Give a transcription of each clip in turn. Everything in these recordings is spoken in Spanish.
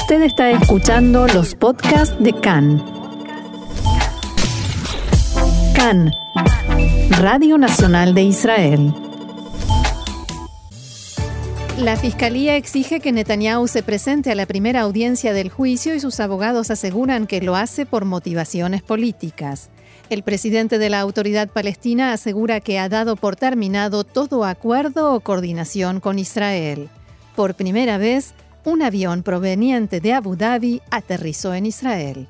Usted está escuchando los podcasts de CAN. CAN, Radio Nacional de Israel. La Fiscalía exige que Netanyahu se presente a la primera audiencia del juicio y sus abogados aseguran que lo hace por motivaciones políticas. El presidente de la Autoridad Palestina asegura que ha dado por terminado todo acuerdo o coordinación con Israel. Por primera vez, un avión proveniente de Abu Dhabi aterrizó en Israel.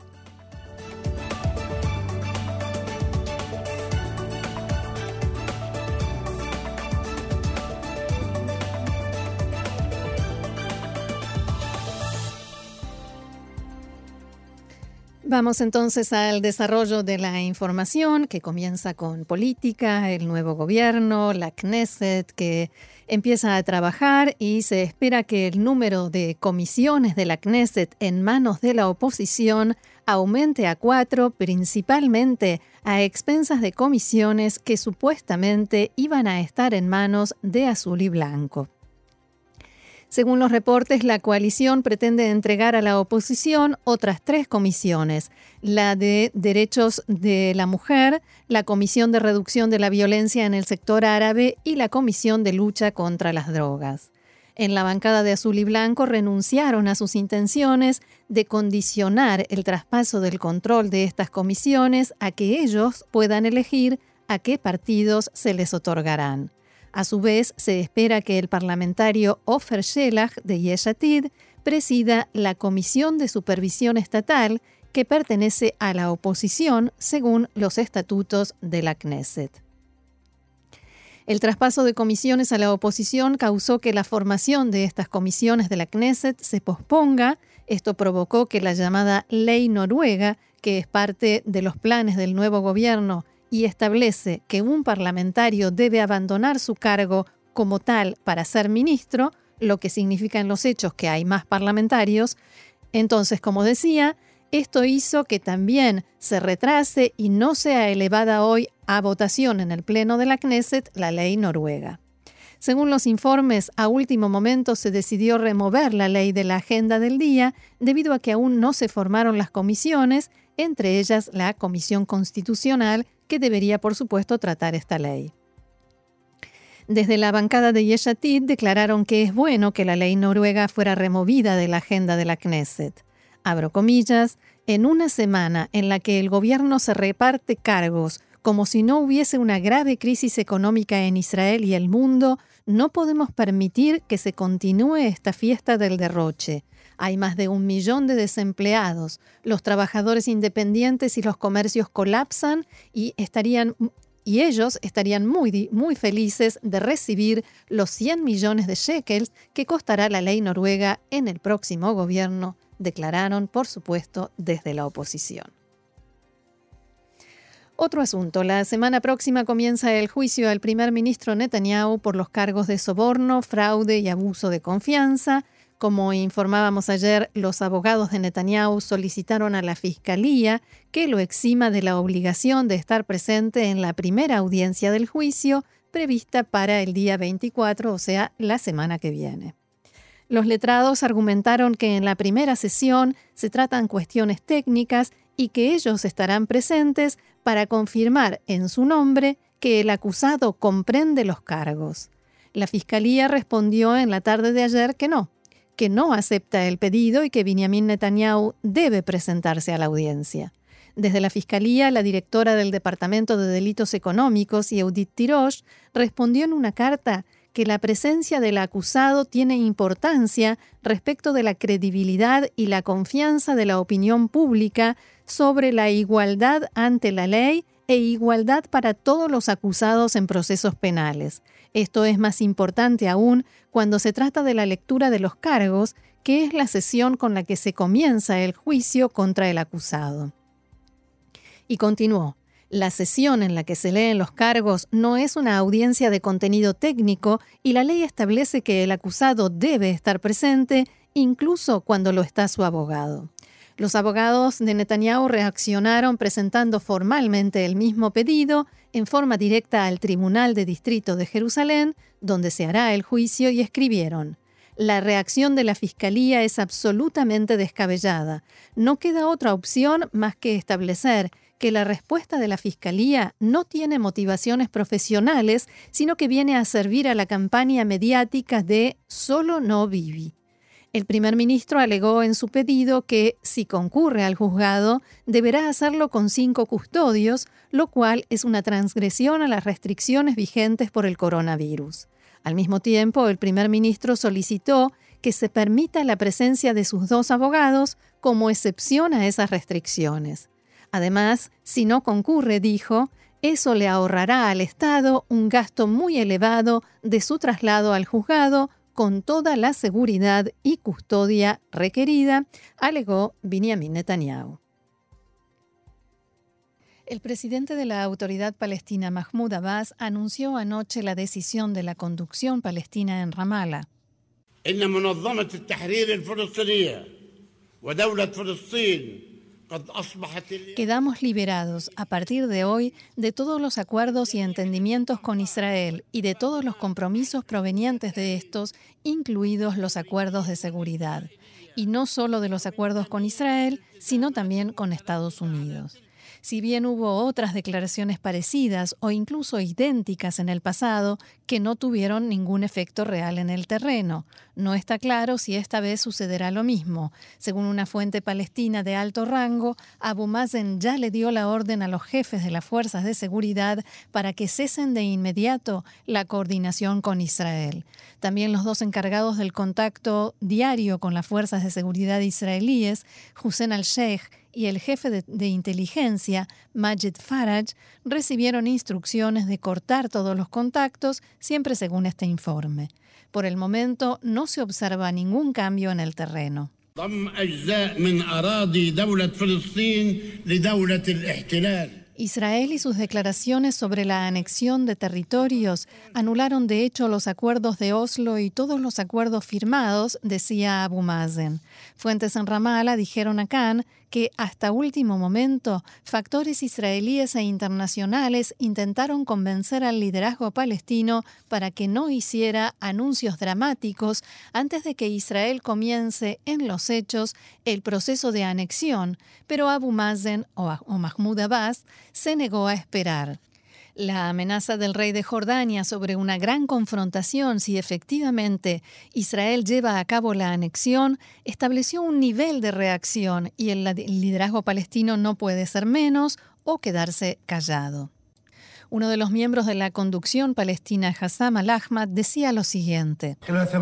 Vamos entonces al desarrollo de la información que comienza con política, el nuevo gobierno, la Knesset que empieza a trabajar y se espera que el número de comisiones de la Knesset en manos de la oposición aumente a 4, principalmente a expensas de comisiones que supuestamente iban a estar en manos de Azul y Blanco. Según los reportes, la coalición pretende entregar a la oposición otras 3 comisiones, la de Derechos de la Mujer, la Comisión de Reducción de la Violencia en el Sector Árabe y la Comisión de Lucha contra las Drogas. En la bancada de Azul y Blanco renunciaron a sus intenciones de condicionar el traspaso del control de estas comisiones a que ellos puedan elegir a qué partidos se les otorgarán. A su vez, se espera que el parlamentario Ofer Shelach de Yesh Atid presida la Comisión de Supervisión Estatal que pertenece a la oposición según los estatutos de la Knesset. El traspaso de comisiones a la oposición causó que la formación de estas comisiones de la Knesset se posponga. Esto provocó que la llamada Ley Noruega, que es parte de los planes del nuevo gobierno y establece que un parlamentario debe abandonar su cargo como tal para ser ministro, lo que significa en los hechos que hay más parlamentarios. Entonces, como decía, esto hizo que también se retrase y no sea elevada hoy a votación en el Pleno de la Knesset la ley noruega. Según los informes, a último momento se decidió remover la ley de la agenda del día debido a que aún no se formaron las comisiones, entre ellas la Comisión Constitucional, que debería, por supuesto, tratar esta ley. Desde la bancada de Yesh Atid declararon que es bueno que la ley noruega fuera removida de la agenda de la Knesset. Abro comillas, en una semana en la que el gobierno se reparte cargos como si no hubiese una grave crisis económica en Israel y el mundo, no podemos permitir que se continúe esta fiesta del derroche. Hay más de 1 millón de desempleados. Los trabajadores independientes y los comercios colapsan y ellos estarían muy felices de recibir los 100 millones de shekels que costará la ley noruega en el próximo gobierno, declararon, por supuesto, desde la oposición. Otro asunto. La semana próxima comienza el juicio al primer ministro Netanyahu por los cargos de soborno, fraude y abuso de confianza. Como informábamos ayer, los abogados de Netanyahu solicitaron a la Fiscalía que lo exima de la obligación de estar presente en la primera audiencia del juicio prevista para el día 24, o sea, la semana que viene. Los letrados argumentaron que en la primera sesión se tratan cuestiones técnicas y que ellos estarán presentes para confirmar en su nombre que el acusado comprende los cargos. La Fiscalía respondió en la tarde de ayer que no acepta el pedido y que Benjamin Netanyahu debe presentarse a la audiencia. Desde la Fiscalía, la directora del Departamento de Delitos Económicos, Yehudit Tirosh, respondió en una carta que la presencia del acusado tiene importancia respecto de la credibilidad y la confianza de la opinión pública sobre la igualdad ante la ley e igualdad para todos los acusados en procesos penales. Esto es más importante aún cuando se trata de la lectura de los cargos, que es la sesión con la que se comienza el juicio contra el acusado. Y continuó. La sesión en la que se leen los cargos no es una audiencia de contenido técnico y la ley establece que el acusado debe estar presente incluso cuando lo está su abogado. Los abogados de Netanyahu reaccionaron presentando formalmente el mismo pedido en forma directa al Tribunal de Distrito de Jerusalén, donde se hará el juicio, y escribieron: La reacción de la Fiscalía es absolutamente descabellada. No queda otra opción más que establecer que la respuesta de la Fiscalía no tiene motivaciones profesionales, sino que viene a servir a la campaña mediática de «Solo no Bibi». El primer ministro alegó en su pedido que, si concurre al juzgado, deberá hacerlo con 5 custodios, lo cual es una transgresión a las restricciones vigentes por el coronavirus. Al mismo tiempo, el primer ministro solicitó que se permita la presencia de sus 2 abogados como excepción a esas restricciones. Además, si no concurre, dijo, eso le ahorrará al Estado un gasto muy elevado de su traslado al juzgado con toda la seguridad y custodia requerida, alegó Benjamin Netanyahu. El presidente de la Autoridad Palestina, Mahmoud Abbas, anunció anoche la decisión de la conducción palestina en Ramallah. Quedamos liberados a partir de hoy de todos los acuerdos y entendimientos con Israel y de todos los compromisos provenientes de estos, incluidos los acuerdos de seguridad. Y no solo de los acuerdos con Israel, sino también con Estados Unidos. Si bien hubo otras declaraciones parecidas o incluso idénticas en el pasado que no tuvieron ningún efecto real en el terreno, no está claro si esta vez sucederá lo mismo. Según una fuente palestina de alto rango, Abu Mazen ya le dio la orden a los jefes de las fuerzas de seguridad para que cesen de inmediato la coordinación con Israel. También los 2 encargados del contacto diario con las fuerzas de seguridad israelíes, Hussein al-Sheikh, y el jefe de inteligencia, Majid Faraj, recibieron instrucciones de cortar todos los contactos, siempre según este informe. Por el momento, no se observa ningún cambio en el terreno. Israel y sus declaraciones sobre la anexión de territorios anularon de hecho los acuerdos de Oslo y todos los acuerdos firmados, decía Abu Mazen. Fuentes en Ramallah dijeron a Khan que hasta último momento factores israelíes e internacionales intentaron convencer al liderazgo palestino para que no hiciera anuncios dramáticos antes de que Israel comience en los hechos el proceso de anexión, pero Abu Mazen o Mahmoud Abbas se negó a esperar. La amenaza del rey de Jordania sobre una gran confrontación si efectivamente Israel lleva a cabo la anexión estableció un nivel de reacción y el liderazgo palestino no puede ser menos o quedarse callado. Uno de los miembros de la conducción palestina, Hassam al-Ahmad, decía lo siguiente.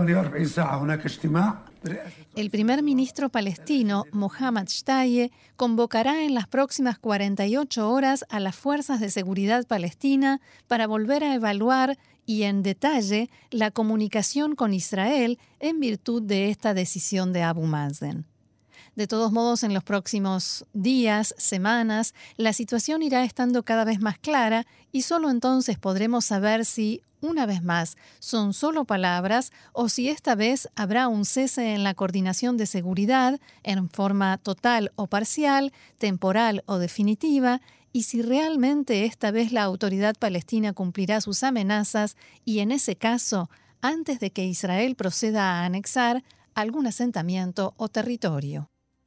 El primer ministro palestino, Mohammad Shtayyeh, convocará en las próximas 48 horas a las fuerzas de seguridad palestina para volver a evaluar y en detalle la comunicación con Israel en virtud de esta decisión de Abu Mazen. De todos modos, en los próximos días, semanas, la situación irá estando cada vez más clara y solo entonces podremos saber si, una vez más, son solo palabras o si esta vez habrá un cese en la coordinación de seguridad en forma total o parcial, temporal o definitiva, y si realmente esta vez la autoridad palestina cumplirá sus amenazas y, en ese caso, antes de que Israel proceda a anexar algún asentamiento o territorio.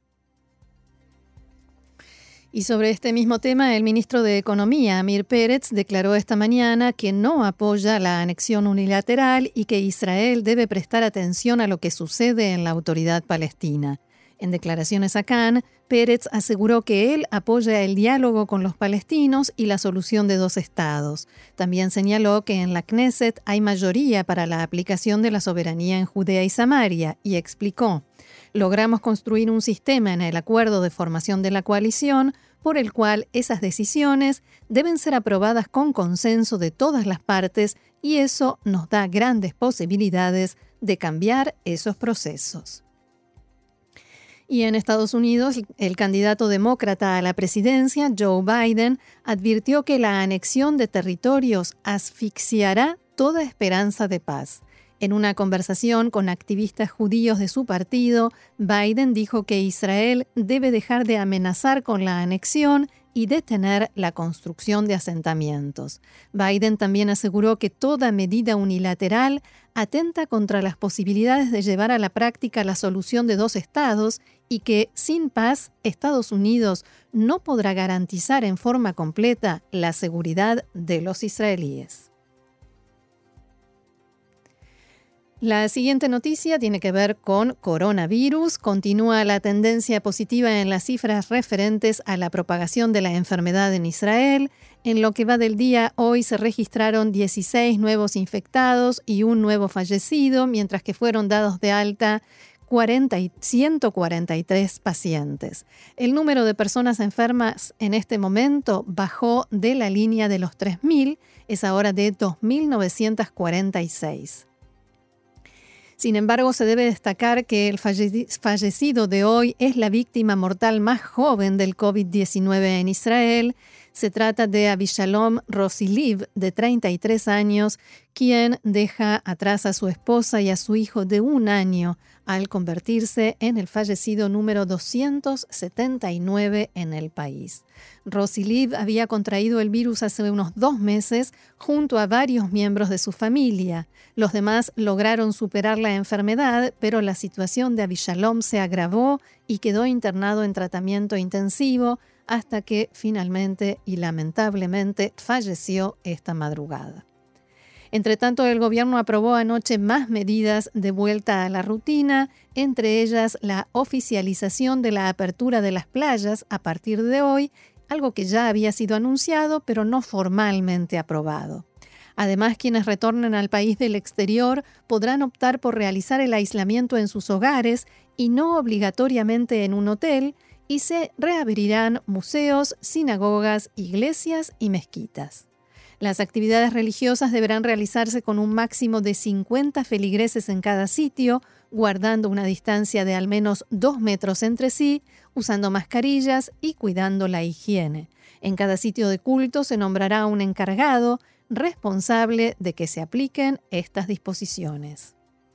Y sobre este mismo tema, el ministro de Economía, Amir Peretz, declaró esta mañana que no apoya la anexión unilateral y que Israel debe prestar atención a lo que sucede en la autoridad palestina. En declaraciones a Khan, Peretz aseguró que él apoya el diálogo con los palestinos y la solución de 2 estados. También señaló que en la Knesset hay mayoría para la aplicación de la soberanía en Judea y Samaria y explicó: logramos construir un sistema en el acuerdo de formación de la coalición por el cual esas decisiones deben ser aprobadas con consenso de todas las partes y eso nos da grandes posibilidades de cambiar esos procesos. Y en Estados Unidos, el candidato demócrata a la presidencia, Joe Biden, advirtió que la anexión de territorios asfixiará toda esperanza de paz. En una conversación con activistas judíos de su partido, Biden dijo que Israel debe dejar de amenazar con la anexión y detener la construcción de asentamientos. Biden también aseguró que toda medida unilateral atenta contra las posibilidades de llevar a la práctica la solución de dos estados y que, sin paz, Estados Unidos no podrá garantizar en forma completa la seguridad de los israelíes. La siguiente noticia tiene que ver con coronavirus. Continúa la tendencia positiva en las cifras referentes a la propagación de la enfermedad en Israel. En lo que va del día, hoy se registraron 16 nuevos infectados y un nuevo fallecido, mientras que fueron dados de alta 143 pacientes. El número de personas enfermas en este momento bajó de la línea de los 3.000, es ahora de 2.946. Sin embargo, se debe destacar que el fallecido de hoy es la víctima mortal más joven del COVID-19 en Israel. Se trata de Avishalom Rosiliv, de 33 años, quien deja atrás a su esposa y a su hijo de 1 año, al convertirse en el fallecido número 279 en el país. Rosiliv había contraído el virus hace unos 2 meses junto a varios miembros de su familia. Los demás lograron superar la enfermedad, pero la situación de Avishalom se agravó y quedó internado en tratamiento intensivo hasta que finalmente y lamentablemente falleció esta madrugada. Entre tanto, el gobierno aprobó anoche más medidas de vuelta a la rutina, entre ellas la oficialización de la apertura de las playas a partir de hoy, algo que ya había sido anunciado pero no formalmente aprobado. Además, quienes retornen al país del exterior podrán optar por realizar el aislamiento en sus hogares y no obligatoriamente en un hotel, y se reabrirán museos, sinagogas, iglesias y mezquitas. Las actividades religiosas deberán realizarse con un máximo de 50 feligreses en cada sitio, guardando una distancia de al menos 2 metros entre sí, usando mascarillas y cuidando la higiene. En cada sitio de culto se nombrará un encargado responsable de que se apliquen estas disposiciones.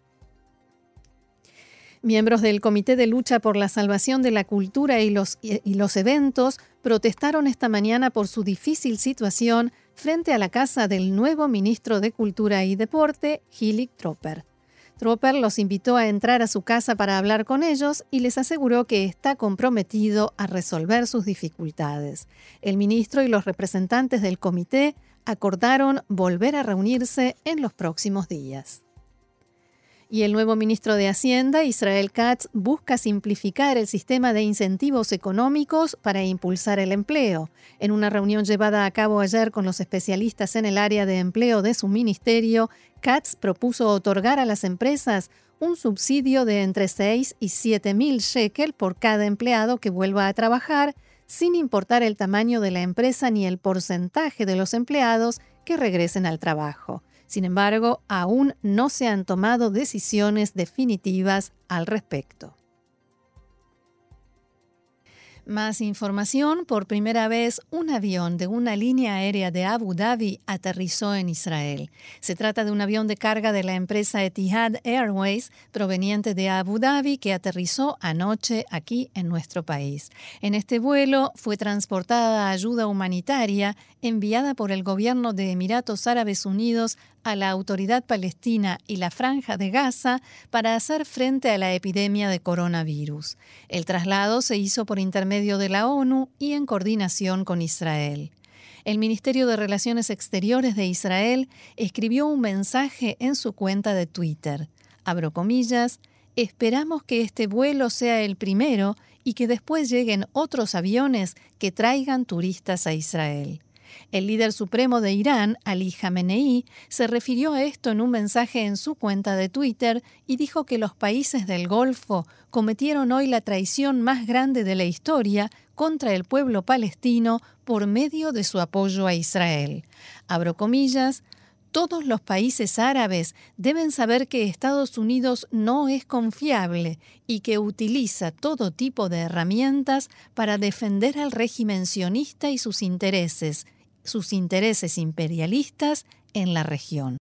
Miembros del Comité de Lucha por la Salvación de la Cultura y los eventos protestaron esta mañana por su difícil situación frente a la casa del nuevo ministro de Cultura y Deporte, Hilik Tropper. Tropper los invitó a entrar a su casa para hablar con ellos y les aseguró que está comprometido a resolver sus dificultades. El ministro y los representantes del comité acordaron volver a reunirse en los próximos días. Y el nuevo ministro de Hacienda, Israel Katz, busca simplificar el sistema de incentivos económicos para impulsar el empleo. En una reunión llevada a cabo ayer con los especialistas en el área de empleo de su ministerio, Katz propuso otorgar a las empresas un subsidio de entre 6 y 7 mil shekel por cada empleado que vuelva a trabajar, sin importar el tamaño de la empresa ni el porcentaje de los empleados que regresen al trabajo. Sin embargo, aún no se han tomado decisiones definitivas al respecto. Más información. Por primera vez, un avión de una línea aérea de Abu Dhabi aterrizó en Israel. Se trata de un avión de carga de la empresa Etihad Airways, proveniente de Abu Dhabi, que aterrizó anoche aquí en nuestro país. En este vuelo fue transportada ayuda humanitaria enviada por el gobierno de Emiratos Árabes Unidos a la Autoridad Palestina y la Franja de Gaza para hacer frente a la epidemia de coronavirus. El traslado se hizo por intermedio de la ONU y en coordinación con Israel. El Ministerio de Relaciones Exteriores de Israel escribió un mensaje en su cuenta de Twitter. Abro comillas, esperamos que este vuelo sea el primero y que después lleguen otros aviones que traigan turistas a Israel. El líder supremo de Irán, Ali Jamenei, se refirió a esto en un mensaje en su cuenta de Twitter y dijo que los países del Golfo cometieron hoy la traición más grande de la historia contra el pueblo palestino por medio de su apoyo a Israel. Abro comillas, todos los países árabes deben saber que Estados Unidos no es confiable y que utiliza todo tipo de herramientas para defender al régimen sionista y sus intereses imperialistas en la región.